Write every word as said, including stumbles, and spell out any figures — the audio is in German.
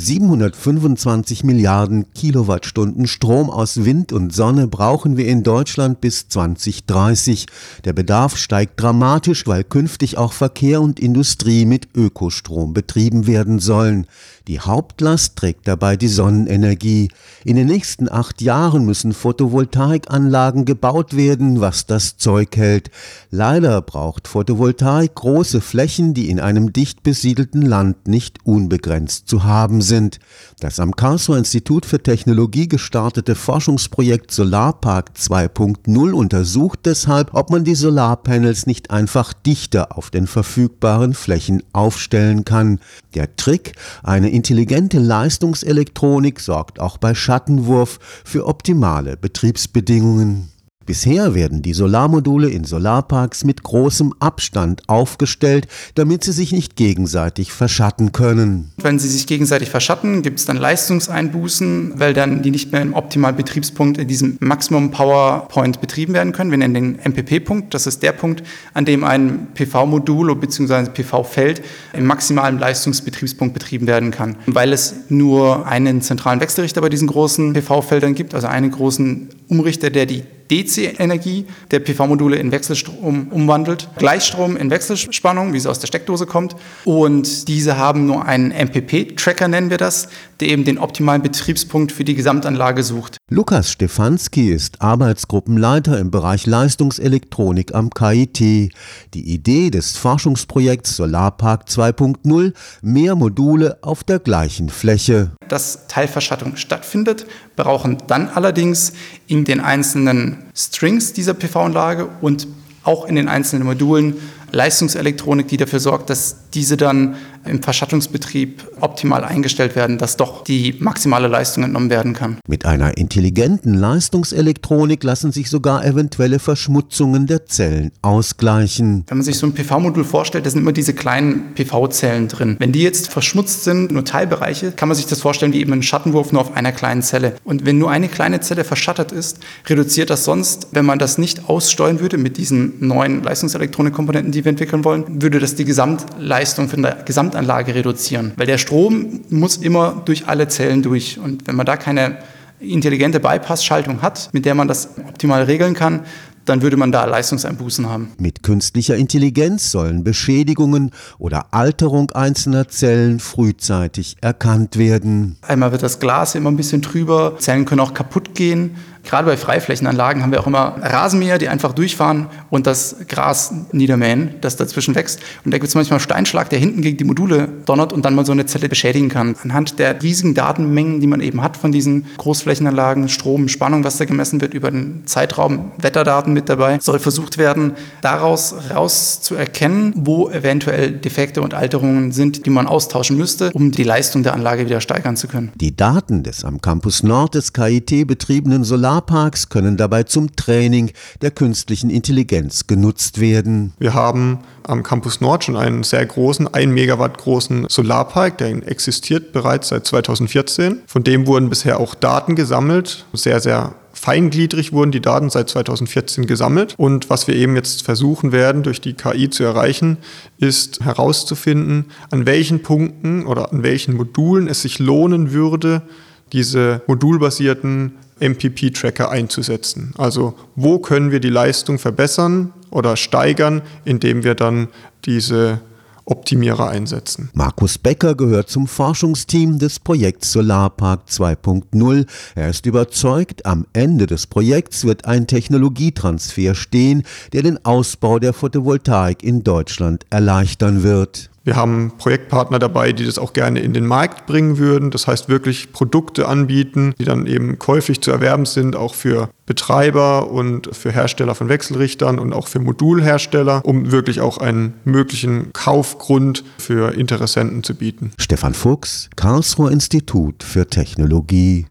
siebenhundertfünfundzwanzig Milliarden Kilowattstunden Strom aus Wind und Sonne brauchen wir in Deutschland bis zwanzig dreißig. Der Bedarf steigt dramatisch, weil künftig auch Verkehr und Industrie mit Ökostrom betrieben werden sollen. Die Hauptlast trägt dabei die Sonnenenergie. In den nächsten acht Jahren müssen Photovoltaikanlagen gebaut werden, was das Zeug hält. Leider braucht Photovoltaik große Flächen, die in einem dicht besiedelten Land nicht unbegrenzt zu haben sind. Das am Karlsruher Institut für Technologie gestartete Forschungsprojekt Solarpark zwei Punkt null untersucht deshalb, ob man die Solarpanels nicht einfach dichter auf den verfügbaren Flächen aufstellen kann. Der Trick, eine intelligente Leistungselektronik, sorgt auch bei Schattenwurf für optimale Betriebsbedingungen. Bisher werden die Solarmodule in Solarparks mit großem Abstand aufgestellt, damit sie sich nicht gegenseitig verschatten können. Wenn sie sich gegenseitig verschatten, gibt es dann Leistungseinbußen, weil dann die nicht mehr im optimalen Betriebspunkt in diesem Maximum Power Point betrieben werden können. Wir nennen den M P P-Punkt. Das ist der Punkt, an dem ein P V-Modul bzw. P V-Feld im maximalen Leistungsbetriebspunkt betrieben werden kann. Weil es nur einen zentralen Wechselrichter bei diesen großen P V-Feldern gibt, also einen großen Umrichter, der die D C-Energie der P V-Module in Wechselstrom umwandelt, Gleichstrom in Wechselspannung, wie es aus der Steckdose kommt. Und diese haben nur einen M P P-Tracker, nennen wir das, der eben den optimalen Betriebspunkt für die Gesamtanlage sucht. Lukas Stefanski ist Arbeitsgruppenleiter im Bereich Leistungselektronik am K I T. Die Idee des Forschungsprojekts Solarpark zwei Punkt null, mehr Module auf der gleichen Fläche. Dass Teilverschattung stattfindet, brauchen dann allerdings in den einzelnen Strings dieser P V-Anlage und auch in den einzelnen Modulen Leistungselektronik, die dafür sorgt, dass diese dann im Verschattungsbetrieb optimal eingestellt werden, dass doch die maximale Leistung entnommen werden kann. Mit einer intelligenten Leistungselektronik lassen sich sogar eventuelle Verschmutzungen der Zellen ausgleichen. Wenn man sich so ein P V-Modul vorstellt, da sind immer diese kleinen P V-Zellen drin. Wenn die jetzt verschmutzt sind, nur Teilbereiche, kann man sich das vorstellen wie eben ein Schattenwurf nur auf einer kleinen Zelle. Und wenn nur eine kleine Zelle verschattet ist, reduziert das sonst, wenn man das nicht aussteuern würde mit diesen neuen Leistungselektronikkomponenten, die wir entwickeln wollen, würde das die Gesamtleistung von der Gesamtanlage reduzieren. Weil der Strom muss immer durch alle Zellen durch. Und wenn man da keine intelligente Bypass-Schaltung hat, mit der man das optimal regeln kann, dann würde man da Leistungseinbußen haben. Mit künstlicher Intelligenz sollen Beschädigungen oder Alterung einzelner Zellen frühzeitig erkannt werden. Einmal wird das Glas immer ein bisschen trüber, Zellen können auch kaputt gehen. Gerade bei Freiflächenanlagen haben wir auch immer Rasenmäher, die einfach durchfahren und das Gras niedermähen, das dazwischen wächst. Und da gibt es manchmal Steinschlag, der hinten gegen die Module donnert und dann mal so eine Zelle beschädigen kann. Anhand der riesigen Datenmengen, die man eben hat von diesen Großflächenanlagen, Strom, Spannung, was da gemessen wird über den Zeitraum, Wetterdaten mit dabei, soll versucht werden, daraus raus zu erkennen, wo eventuell Defekte und Alterungen sind, die man austauschen müsste, um die Leistung der Anlage wieder steigern zu können. Die Daten des am Campus Nord des K I T betriebenen Solar Solarparks können dabei zum Training der künstlichen Intelligenz genutzt werden. Wir haben am Campus Nord schon einen sehr großen, ein Megawatt großen Solarpark, der existiert bereits seit zweitausendvierzehn. Von dem wurden bisher auch Daten gesammelt, sehr, sehr feingliedrig wurden die Daten seit zweitausendvierzehn gesammelt. Und was wir eben jetzt versuchen werden, durch die K I zu erreichen, ist herauszufinden, an welchen Punkten oder an welchen Modulen es sich lohnen würde, diese modulbasierten M P P-Tracker einzusetzen. Also wo können wir die Leistung verbessern oder steigern, indem wir dann diese Optimierer einsetzen. Markus Becker gehört zum Forschungsteam des Projekts Solarpark zwei Punkt null. Er ist überzeugt, am Ende des Projekts wird ein Technologietransfer stehen, der den Ausbau der Photovoltaik in Deutschland erleichtern wird. Wir haben Projektpartner dabei, die das auch gerne in den Markt bringen würden. Das heißt wirklich Produkte anbieten, die dann eben käuflich zu erwerben sind, auch für Betreiber und für Hersteller von Wechselrichtern und auch für Modulhersteller, um wirklich auch einen möglichen Kaufgrund für Interessenten zu bieten. Stefan Fuchs, Karlsruher Institut für Technologie.